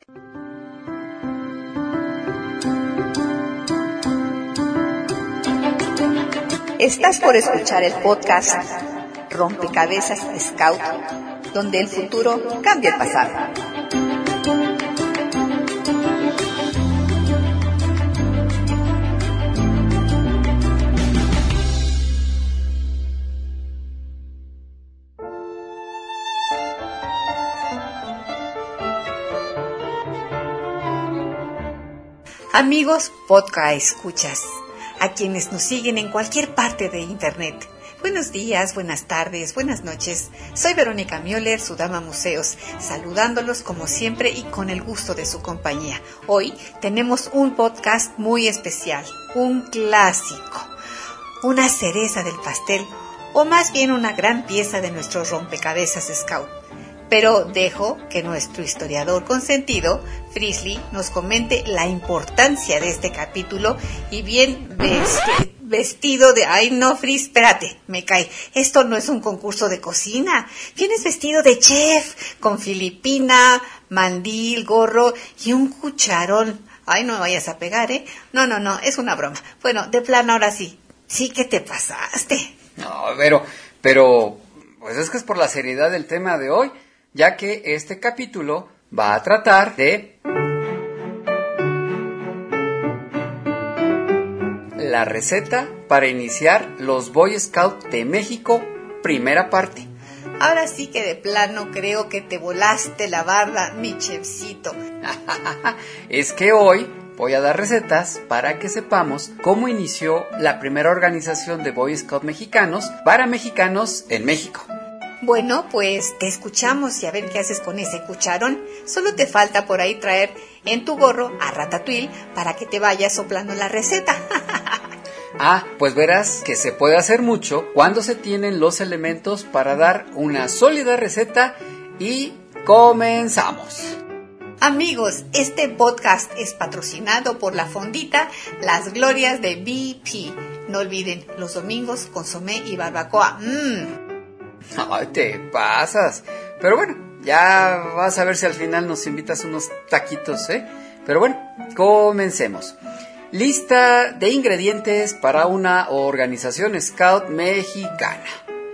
Estás por escuchar el podcast Rompecabezas Scout, donde el futuro cambia el pasado. Amigos podcast escuchas, a quienes nos siguen en cualquier parte de internet. Buenos días, buenas tardes, buenas noches. Soy Verónica Müller, su dama museos, saludándolos como siempre y con el gusto de su compañía. Hoy tenemos un podcast muy especial, un clásico, una cereza del pastel, o más bien una gran pieza de nuestro rompecabezas Scout. Pero dejo que nuestro historiador consentido, Frisley, nos comente la importancia de este capítulo y bien vestido de... Ay, no, Fris, espérate, me cae. Esto no es un concurso de cocina. Vienes vestido de chef, con filipina, mandil, gorro y un cucharón. Ay, no me vayas a pegar, ¿eh? No, es una broma. Bueno, de plano, ahora sí. Sí que te pasaste. No, pero, pues es que es por la seriedad del tema de hoy, ya que este capítulo va a tratar de la receta para iniciar los Boy Scouts de México, primera parte. Ahora sí que de plano creo que te volaste la barda, mi chefcito. Es que hoy voy a dar recetas para que sepamos cómo inició la primera organización de Boy Scouts mexicanos para mexicanos en México. Bueno, pues te escuchamos y a ver qué haces con ese cucharón. Solo te falta por ahí traer en tu gorro a Ratatouille para que te vayas soplando la receta. Pues verás que se puede hacer mucho cuando se tienen los elementos para dar una sólida receta y comenzamos. Amigos, este podcast es patrocinado por la fondita Las Glorias de BP. No olviden, los domingos consomé y barbacoa. Ay, te pasas. Pero bueno, ya vas a ver si al final nos invitas unos taquitos, ¿eh? Pero bueno, comencemos. Lista de ingredientes para una organización Scout mexicana.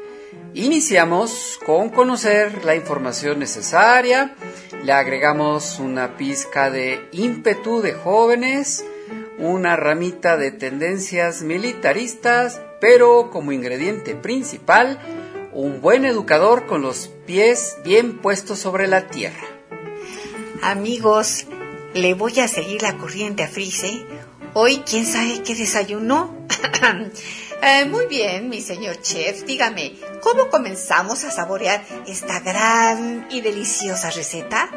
Iniciamos con conocer la información necesaria. Le agregamos una pizca de ímpetu de jóvenes, una ramita de tendencias militaristas, pero como ingrediente principal, un buen educador con los pies bien puestos sobre la tierra. Amigos, le voy a seguir la corriente a Frise. Hoy, ¿quién sabe qué desayunó? Muy bien, mi señor chef. Dígame, ¿cómo comenzamos a saborear esta gran y deliciosa receta?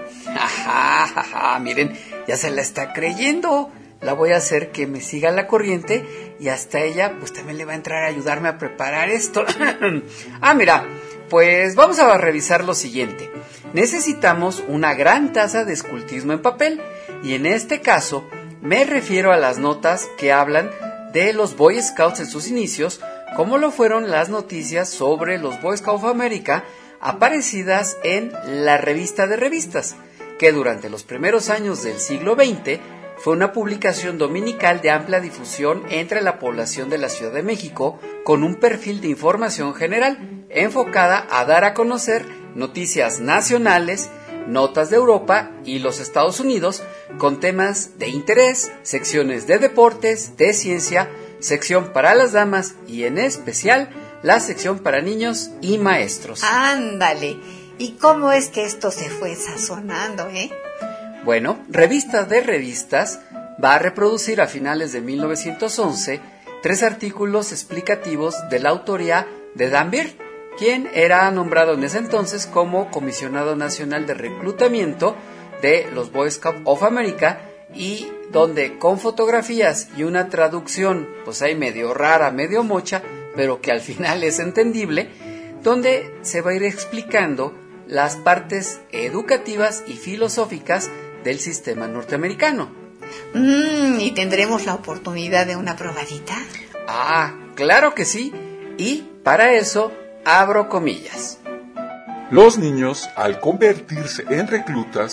Miren, ya se la está creyendo. La voy a hacer que me siga la corriente y hasta ella pues también le va a entrar a ayudarme a preparar esto. Mira, pues vamos a revisar lo siguiente. Necesitamos una gran taza de escultismo en papel y en este caso me refiero a las notas que hablan de los Boy Scouts en sus inicios, como lo fueron las noticias sobre los Boy Scouts of America aparecidas en la revista de revistas, que durante los primeros años del siglo XX fue una publicación dominical de amplia difusión entre la población de la Ciudad de México, con un perfil de información general enfocada a dar a conocer noticias nacionales, notas de Europa y los Estados Unidos, con temas de interés, secciones de deportes, de ciencia, sección para las damas y en especial la sección para niños y maestros. Ándale, ¿y cómo es que esto se fue sazonando, Bueno, Revista de Revistas va a reproducir a finales de 1911 3 artículos explicativos de la autoría de Dan Beard, quien era nombrado en ese entonces como Comisionado Nacional de Reclutamiento de los Boy Scouts of America, y donde con fotografías y una traducción, pues ahí medio rara, medio mocha, pero que al final es entendible, donde se va a ir explicando las partes educativas y filosóficas del sistema norteamericano. ¿Y tendremos la oportunidad de una probadita? Claro que sí, y para eso abro comillas. Los niños, al convertirse en reclutas,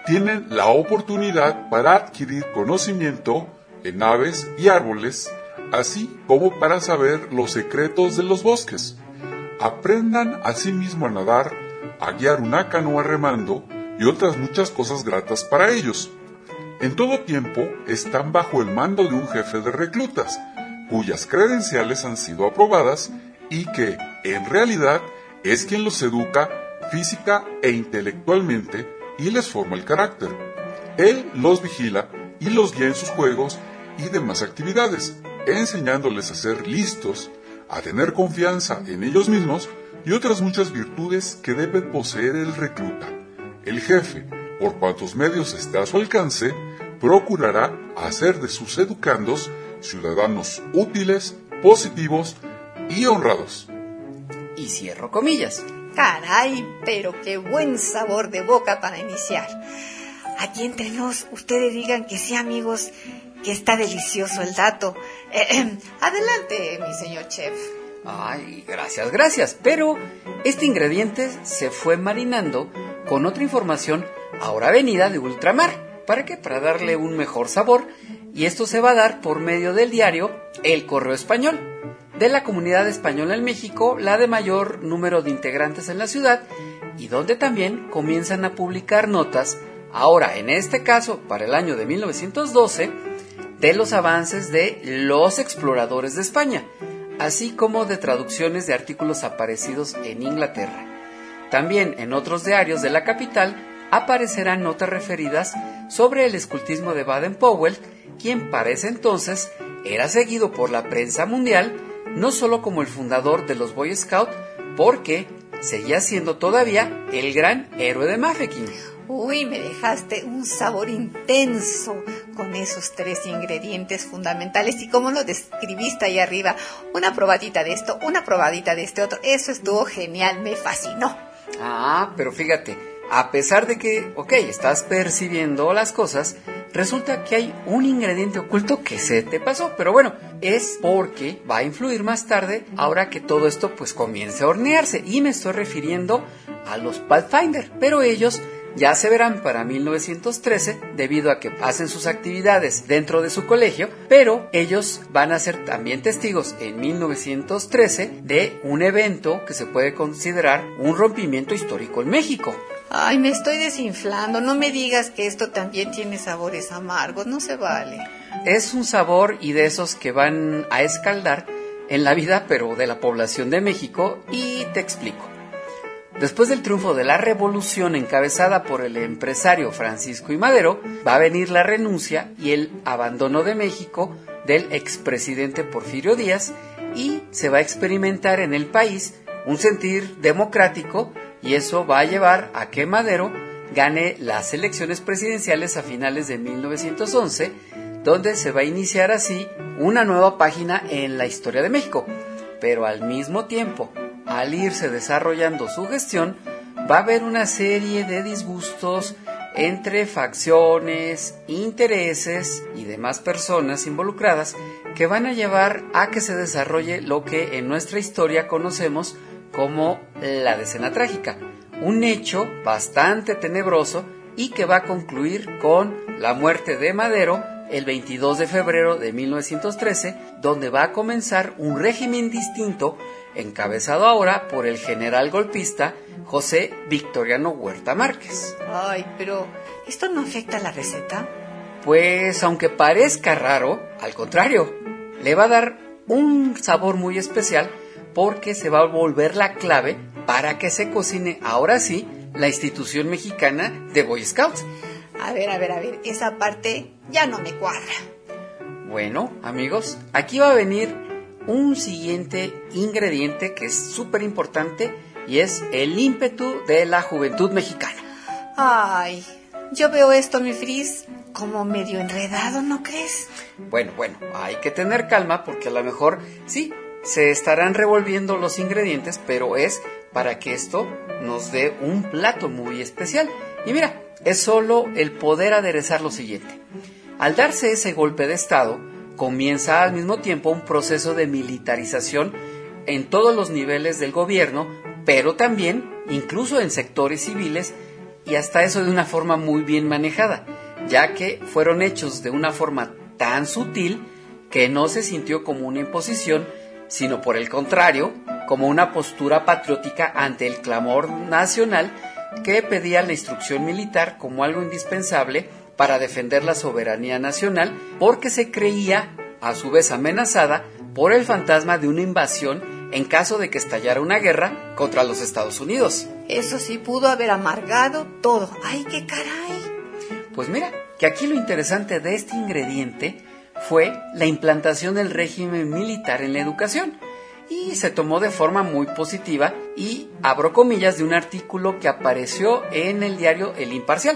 tienen la oportunidad para adquirir conocimiento en aves y árboles, así como para saber los secretos de los bosques. Aprendan asimismo a nadar, a guiar una canoa remando y otras muchas cosas gratas para ellos. En todo tiempo están bajo el mando de un jefe de reclutas, cuyas credenciales han sido aprobadas y que, en realidad, es quien los educa física e intelectualmente y les forma el carácter. Él los vigila y los guía en sus juegos y demás actividades, enseñándoles a ser listos, a tener confianza en ellos mismos y otras muchas virtudes que debe poseer el recluta. El jefe, por cuantos medios esté a su alcance, procurará hacer de sus educandos ciudadanos útiles, positivos y honrados. Y cierro comillas. Caray, pero qué buen sabor de boca para iniciar. Aquí entre nos, ustedes digan que sí, amigos, que está delicioso el dato. Adelante, mi señor chef. Ay, gracias. Pero este ingrediente se fue marinando con otra información ahora venida de ultramar. ¿Para qué? Para darle un mejor sabor. Y esto se va a dar por medio del diario El Correo Español, de la comunidad española en México, la de mayor número de integrantes en la ciudad, y donde también comienzan a publicar notas, ahora en este caso para el año de 1912, de los avances de los exploradores de España, así como de traducciones de artículos aparecidos en Inglaterra. También en otros diarios de la capital aparecerán notas referidas sobre el escultismo de Baden-Powell, quien para ese entonces era seguido por la prensa mundial, no solo como el fundador de los Boy Scouts, porque seguía siendo todavía el gran héroe de Mafeking. Uy, me dejaste un sabor intenso con esos 3 ingredientes fundamentales y cómo lo describiste ahí arriba. Una probadita de esto, una probadita de este otro. Eso estuvo genial, me fascinó. Pero fíjate, a pesar de que, estás percibiendo las cosas, resulta que hay un ingrediente oculto que se te pasó. Pero bueno, es porque va a influir más tarde, ahora que todo esto pues comience a hornearse. Y me estoy refiriendo a los Pathfinder, pero ellos ya se verán para 1913 debido a que hacen sus actividades dentro de su colegio, pero ellos van a ser también testigos en 1913 de un evento que se puede considerar un rompimiento histórico en México. Ay, me estoy desinflando, no me digas que esto también tiene sabores amargos, no se vale. Es un sabor y de esos que van a escaldar en la vida, pero de la población de México, y te explico. Después del triunfo de la revolución encabezada por el empresario Francisco I. Madero, va a venir la renuncia y el abandono de México del expresidente Porfirio Díaz, y se va a experimentar en el país un sentir democrático, y eso va a llevar a que Madero gane las elecciones presidenciales a finales de 1911, donde se va a iniciar así una nueva página en la historia de México. Pero al mismo tiempo, al irse desarrollando su gestión, va a haber una serie de disgustos entre facciones, intereses y demás personas involucradas que van a llevar a que se desarrolle lo que en nuestra historia conocemos como la Decena Trágica, un hecho bastante tenebroso y que va a concluir con la muerte de Madero el 22 de febrero de 1913, donde va a comenzar un régimen distinto encabezado ahora por el general golpista José Victoriano Huerta Márquez. Ay, pero ¿esto no afecta a la receta? Pues aunque parezca raro, al contrario, le va a dar un sabor muy especial porque se va a volver la clave para que se cocine ahora sí la institución mexicana de Boy Scouts. A ver, esa parte ya no me cuadra. Bueno, amigos, aquí va a venir un siguiente ingrediente que es súper importante y es el ímpetu de la juventud mexicana. Ay, yo veo esto, mi Fris, como medio enredado, ¿no crees? Bueno, hay que tener calma porque a lo mejor sí, se estarán revolviendo los ingredientes, pero es para que esto nos dé un plato muy especial. Y mira, es solo el poder aderezar lo siguiente. Al darse ese golpe de estado, comienza al mismo tiempo un proceso de militarización en todos los niveles del gobierno, pero también, incluso en sectores civiles, y hasta eso de una forma muy bien manejada, ya que fueron hechos de una forma tan sutil que no se sintió como una imposición, sino por el contrario, como una postura patriótica ante el clamor nacional que pedía la instrucción militar como algo indispensable para defender la soberanía nacional, porque se creía, a su vez amenazada, por el fantasma de una invasión en caso de que estallara una guerra contra los Estados Unidos. Eso sí pudo haber amargado todo. ¡Ay, qué caray! Pues mira, que aquí lo interesante de este ingrediente fue la implantación del régimen militar en la educación, y se tomó de forma muy positiva, y abro comillas de un artículo que apareció en el diario El Imparcial.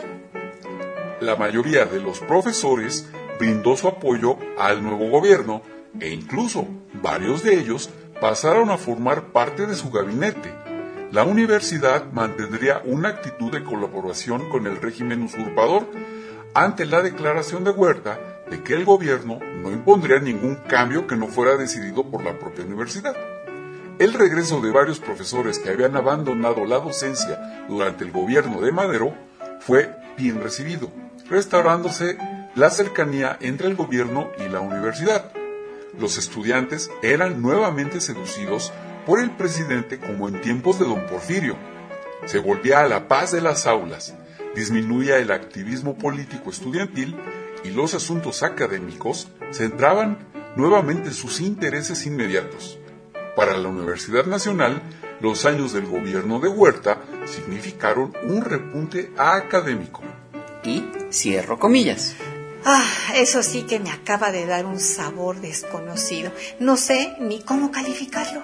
La mayoría de los profesores brindó su apoyo al nuevo gobierno e incluso varios de ellos pasaron a formar parte de su gabinete. La universidad mantendría una actitud de colaboración con el régimen usurpador ante la declaración de Huerta de que el gobierno no impondría ningún cambio que no fuera decidido por la propia universidad. El regreso de varios profesores que habían abandonado la docencia durante el gobierno de Madero fue bien recibido, restaurándose la cercanía entre el gobierno y la universidad. Los estudiantes eran nuevamente seducidos por el presidente como en tiempos de don Porfirio. Se volvía a la paz de las aulas, disminuía el activismo político estudiantil y los asuntos académicos centraban nuevamente sus intereses inmediatos. Para la Universidad Nacional, los años del gobierno de Huerta significaron un repunte académico. Y cierro comillas. Eso sí que me acaba de dar un sabor desconocido. No sé ni cómo calificarlo.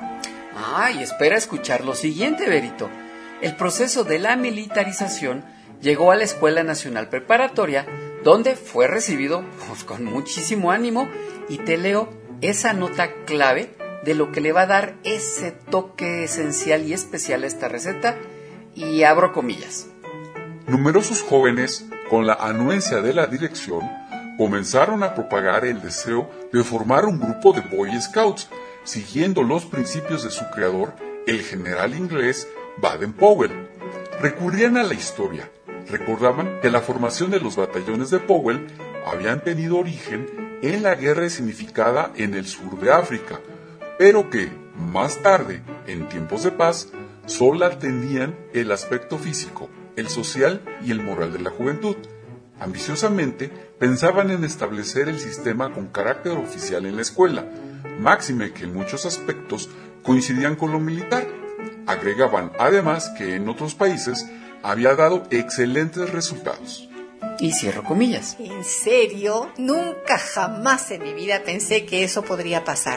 Y espera escuchar lo siguiente, Berito. El proceso de la militarización llegó a la Escuela Nacional Preparatoria, donde fue recibido con muchísimo ánimo, y te leo esa nota clave de lo que le va a dar ese toque esencial y especial a esta receta, y abro comillas. Numerosos jóvenes, con la anuencia de la dirección, comenzaron a propagar el deseo de formar un grupo de Boy Scouts, siguiendo los principios de su creador, el general inglés Baden-Powell. Recurrían a la historia, recordaban que la formación de los batallones de Powell habían tenido origen en la guerra escenificada en el sur de África, pero que, más tarde, en tiempos de paz, solo atendían el aspecto físico, el social y el moral de la juventud. Ambiciosamente, pensaban en establecer el sistema con carácter oficial en la escuela, máxime que en muchos aspectos coincidían con lo militar. Agregaban además que en otros países había dado excelentes resultados. Y cierro comillas. ¿En serio? Nunca jamás en mi vida pensé que eso podría pasar.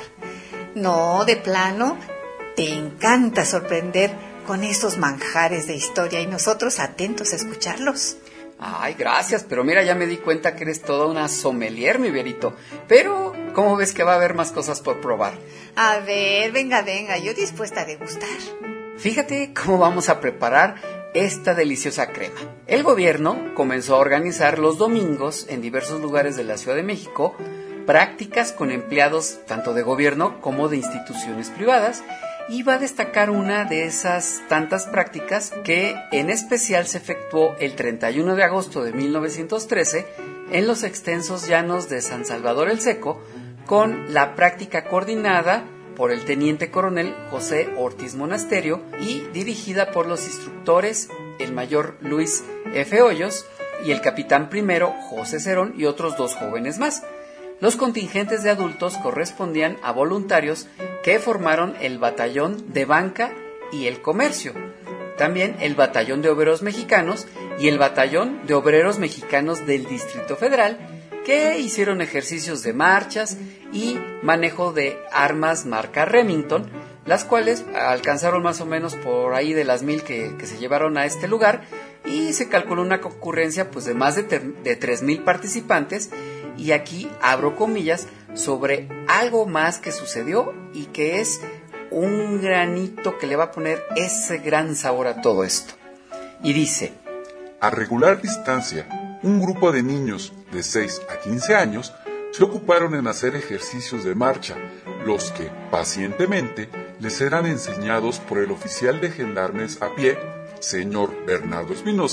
No, de plano, te encanta sorprender con esos manjares de historia y nosotros atentos a escucharlos. Gracias, pero mira, ya me di cuenta que eres toda una sommelier, mi Berito. Pero, ¿cómo ves que va a haber más cosas por probar? A ver, venga, yo dispuesta a degustar. Fíjate cómo vamos a preparar esta deliciosa crema. El gobierno comenzó a organizar los domingos en diversos lugares de la Ciudad de México prácticas con empleados tanto de gobierno como de instituciones privadas, y va a destacar una de esas tantas prácticas que en especial se efectuó el 31 de agosto de 1913 en los extensos llanos de San Salvador el Seco, con la práctica coordinada por el teniente coronel José Ortiz Monasterio y dirigida por los instructores el mayor Luis F. Hoyos y el capitán primero José Cerón y otros 2 jóvenes más. Los contingentes de adultos correspondían a voluntarios que formaron el Batallón de Banca y el Comercio, también el Batallón de Obreros Mexicanos y el Batallón de Obreros Mexicanos del Distrito Federal, que hicieron ejercicios de marchas y manejo de armas marca Remington, las cuales alcanzaron más o menos por ahí de las 1000 que se llevaron a este lugar, y se calculó una concurrencia pues de más de 3000 participantes. Y aquí abro comillas sobre algo más que sucedió y que es un granito que le va a poner ese gran sabor a todo esto. Y dice: a regular distancia, un grupo de niños de 6 a 15 años se ocuparon en hacer ejercicios de marcha, los que, pacientemente, les eran enseñados por el oficial de gendarmes a pie, señor Bernardo Espinosa,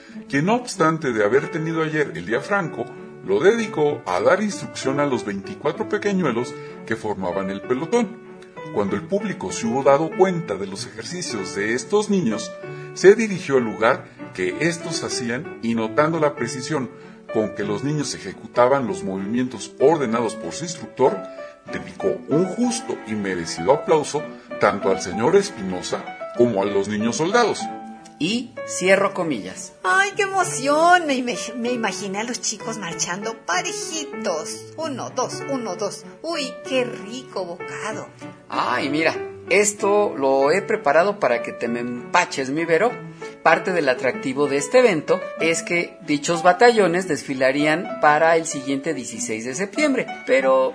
quien no obstante de haber tenido ayer el día franco, lo dedicó a dar instrucción a los 24 pequeñuelos que formaban el pelotón. Cuando el público se hubo dado cuenta de los ejercicios de estos niños, se dirigió al lugar que estos hacían y notando la precisión con que los niños ejecutaban los movimientos ordenados por su instructor, dedicó un justo y merecido aplauso tanto al señor Espinosa como a los niños soldados. Y cierro comillas. ¡Ay, qué emoción! Me imaginé a los chicos marchando parejitos. 1, 2, 1, 2. ¡Uy, qué rico bocado! Ay, mira, esto lo he preparado para que te me empaches, mi Vero. Parte del atractivo de este evento es que dichos batallones desfilarían para el siguiente 16 de septiembre. Pero,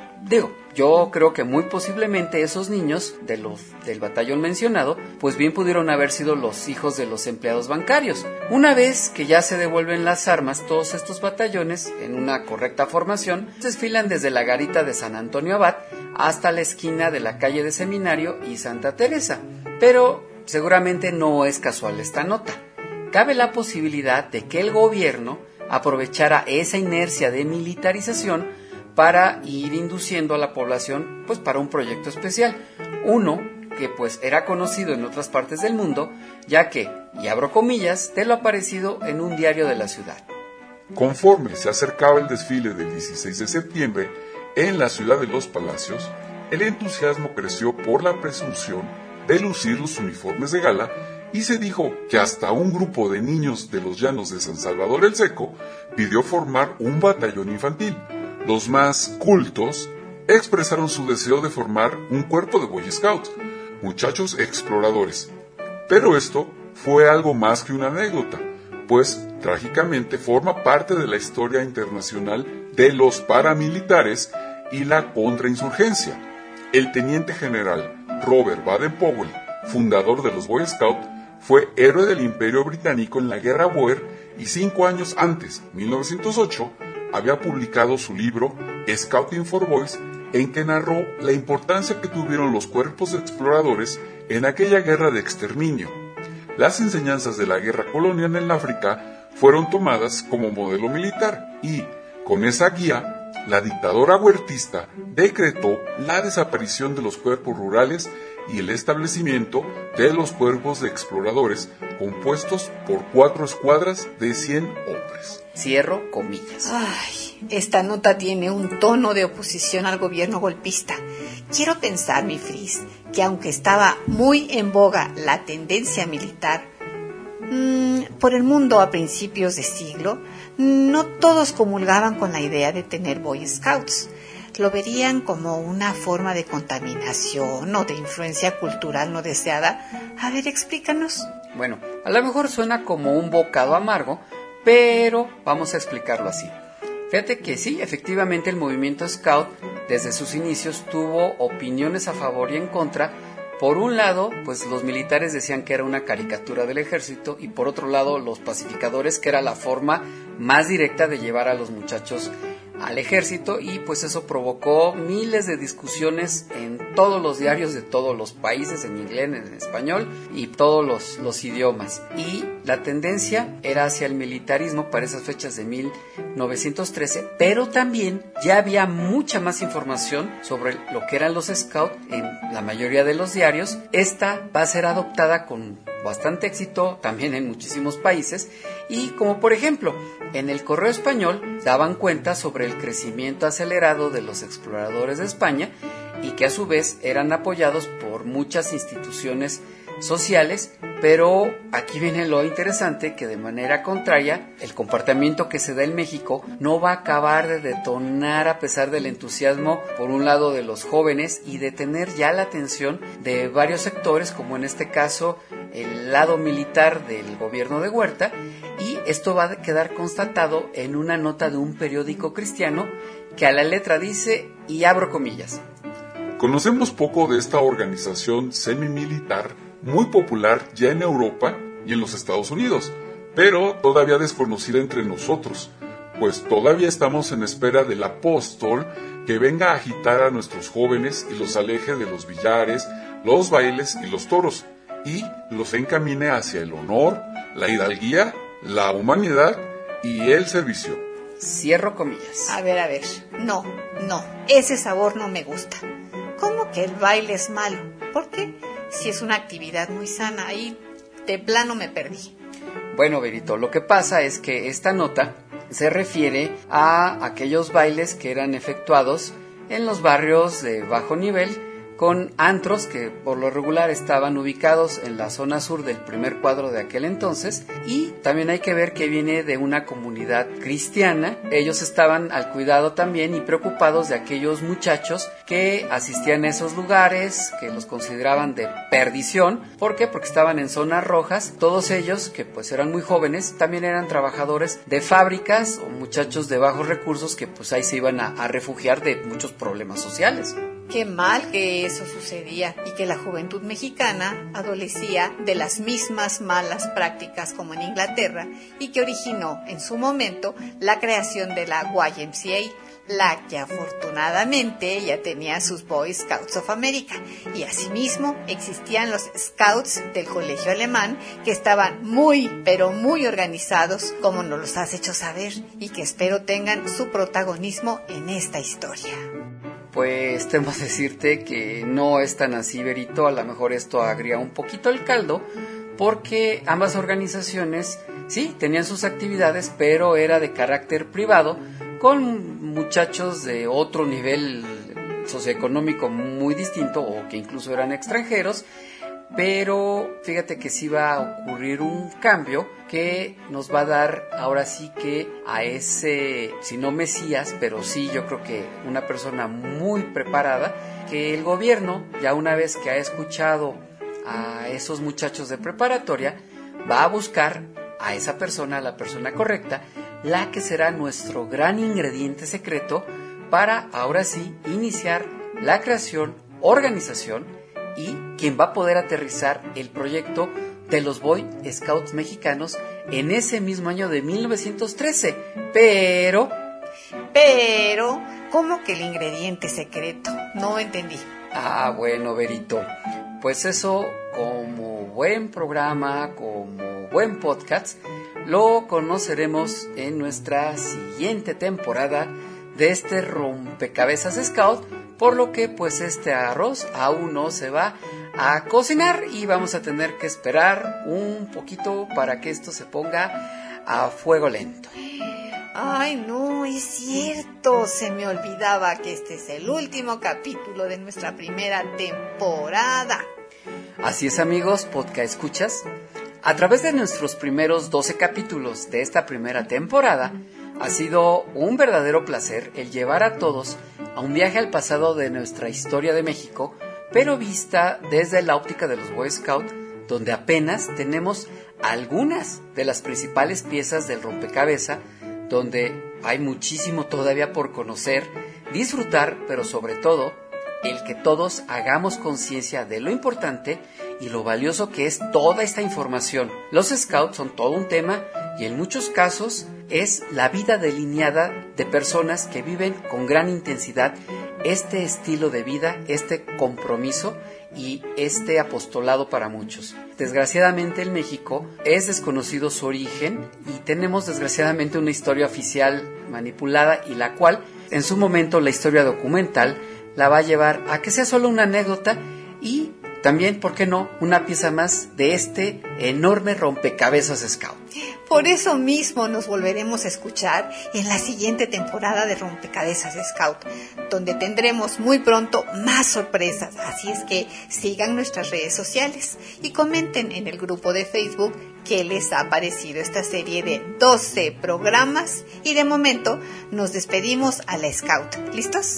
yo creo que muy posiblemente esos niños del batallón mencionado, pues bien pudieron haber sido los hijos de los empleados bancarios. Una vez que ya se devuelven las armas, todos estos batallones, en una correcta formación, desfilan desde la garita de San Antonio Abad hasta la esquina de la calle de Seminario y Santa Teresa. Pero seguramente no es casual esta nota. Cabe la posibilidad de que el gobierno aprovechara esa inercia de militarización para ir induciendo a la población pues para un proyecto especial. Uno que pues era conocido en otras partes del mundo, ya que, y abro comillas, de lo aparecido en un diario de la ciudad. Conforme se acercaba el desfile del 16 de septiembre en la ciudad de los Palacios, el entusiasmo creció por la presunción de lucir los uniformes de gala y se dijo que hasta un grupo de niños de los llanos de San Salvador el Seco pidió formar un batallón infantil. Los más cultos expresaron su deseo de formar un cuerpo de Boy Scouts, muchachos exploradores. Pero esto fue algo más que una anécdota, pues trágicamente forma parte de la historia internacional de los paramilitares y la contrainsurgencia. El teniente general Robert Baden-Powell, fundador de los Boy Scouts, fue héroe del Imperio Británico en la Guerra Bóer y 5 años antes, 1908, había publicado su libro Scouting for Boys, en que narró la importancia que tuvieron los cuerpos de exploradores en aquella guerra de exterminio. Las enseñanzas de la guerra colonial en África fueron tomadas como modelo militar y, con esa guía, la dictadura huertista decretó la desaparición de los cuerpos rurales y el establecimiento de los cuerpos de exploradores compuestos por 4 escuadras de 100 hombres. Cierro comillas. Ay, esta nota tiene un tono de oposición al gobierno golpista. Quiero pensar, mi Fris, que aunque estaba muy en boga la tendencia militar por el mundo a principios de siglo, no todos comulgaban con la idea de tener Boy Scouts. Lo verían como una forma de contaminación o de influencia cultural no deseada. A ver, explícanos. Bueno, a lo mejor suena como un bocado amargo, pero vamos a explicarlo así. Fíjate que sí, efectivamente el movimiento Scout desde sus inicios tuvo opiniones a favor y en contra. Por un lado, pues los militares decían que era una caricatura del ejército y por otro lado los pacificadores, que era la forma más directa de llevar a los muchachos al ejército, y pues eso provocó miles de discusiones en todos los diarios de todos los países, en inglés, en español y todos los idiomas. Y la tendencia era hacia el militarismo para esas fechas de 1913, pero también ya había mucha más información sobre lo que eran los Scouts en la mayoría de los diarios. Esta va a ser adoptada con bastante éxito también en muchísimos países, y como por ejemplo en el Correo Español daban cuenta sobre el crecimiento acelerado de los exploradores de España y que a su vez eran apoyados por muchas instituciones sociales, pero aquí viene lo interesante, que de manera contraria el comportamiento que se da en México no va a acabar de detonar a pesar del entusiasmo por un lado de los jóvenes y de tener ya la atención de varios sectores, como en este caso el lado militar del gobierno de Huerta, y esto va a quedar constatado en una nota de un periódico cristiano que a la letra dice, y abro comillas: conocemos poco de esta organización semimilitar muy popular ya en Europa y en los Estados Unidos, pero todavía desconocida entre nosotros, pues todavía estamos en espera del apóstol que venga a agitar a nuestros jóvenes y los aleje de los billares, los bailes y los toros, y los encamine hacia el honor, la hidalguía la humanidad y el servicio. Cierro comillas. A ver, no, ese sabor no me gusta. ¿Cómo que el baile es malo? ¿Por qué? Si es una actividad muy sana, ahí de plano me perdí. Bueno, Berito, lo que pasa es que esta nota se refiere a aquellos bailes que eran efectuados en los barrios de bajo nivel, con antros que por lo regular estaban ubicados en la zona sur del primer cuadro de aquel entonces, y también hay que ver que viene de una comunidad cristiana. Ellos estaban al cuidado también y preocupados de aquellos muchachos que asistían a esos lugares, que los consideraban de perdición. ¿Por qué? Porque estaban en zonas rojas. Todos ellos, que pues eran muy jóvenes, también eran trabajadores de fábricas o muchachos de bajos recursos que pues ahí se iban a refugiar de muchos problemas sociales. Qué mal que eso sucedía y que la juventud mexicana adolecía de las mismas malas prácticas como en Inglaterra, y que originó en su momento la creación de la YMCA, la que afortunadamente ya tenía sus Boy Scouts of America, y asimismo existían los Scouts del Colegio Alemán, que estaban muy, pero muy organizados, como nos los has hecho saber, y que espero tengan su protagonismo en esta historia. Pues temo decirte que no es tan así, Berito. A lo mejor esto agria un poquito el caldo, porque ambas organizaciones sí tenían sus actividades, pero era de carácter privado, con muchachos de otro nivel socioeconómico muy distinto, o que incluso eran extranjeros. Pero fíjate que sí va a ocurrir un cambio que nos va a dar ahora sí que a ese, si no Mesías, pero sí yo creo que una persona muy preparada, que el gobierno, ya una vez que ha escuchado a esos muchachos de preparatoria, va a buscar a esa persona, la persona correcta, la que será nuestro gran ingrediente secreto para ahora sí iniciar la creación, organización, y quien va a poder aterrizar el proyecto de los Boy Scouts mexicanos en ese mismo año de 1913. Pero, ¿cómo que el ingrediente secreto? No entendí. Bueno, Berito, pues eso, como buen programa, como buen podcast, lo conoceremos en nuestra siguiente temporada de este Rompecabezas Scout, por lo que pues este arroz aún no se va a cocinar y vamos a tener que esperar un poquito para que esto se ponga a fuego lento. Ay, no, es cierto, se me olvidaba que este es el último capítulo de nuestra primera temporada. Así es, amigos, podcast escuchas. A través de nuestros primeros 12 capítulos de esta primera temporada, ha sido un verdadero placer el llevar a todos a un viaje al pasado de nuestra historia de México, pero vista desde la óptica de los Boy Scouts, donde apenas tenemos algunas de las principales piezas del rompecabezas, donde hay muchísimo todavía por conocer, disfrutar, pero sobre todo, el que todos hagamos conciencia de lo importante y lo valioso que es toda esta información. Los Scouts son todo un tema y en muchos casos es la vida delineada de personas que viven con gran intensidad este estilo de vida, este compromiso y este apostolado para muchos. Desgraciadamente en México es desconocido su origen y tenemos desgraciadamente una historia oficial manipulada, y la cual en su momento la historia documental la va a llevar a que sea solo una anécdota y también, ¿por qué no?, una pieza más de este enorme rompecabezas Scout. Por eso mismo nos volveremos a escuchar en la siguiente temporada de Rompecabezas Scout, donde tendremos muy pronto más sorpresas. Así es que sigan nuestras redes sociales y comenten en el grupo de Facebook qué les ha parecido esta serie de 12 programas. Y de momento nos despedimos a la Scout. ¿Listos?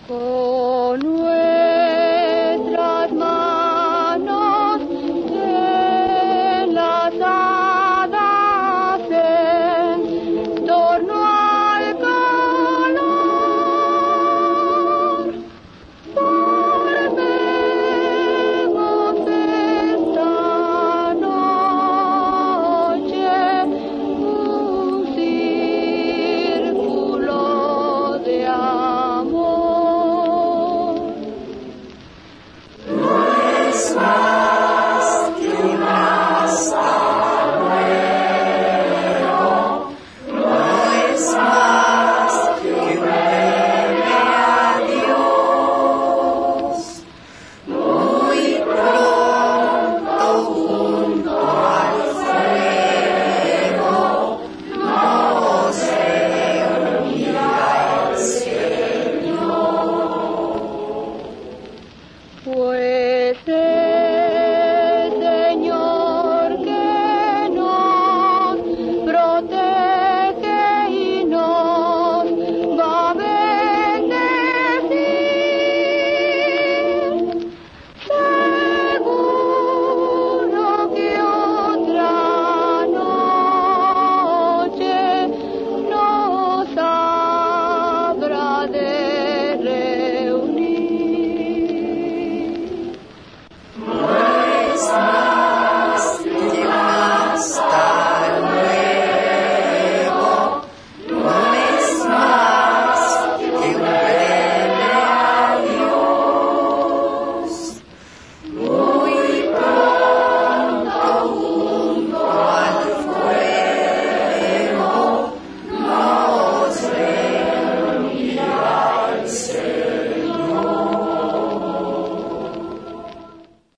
こ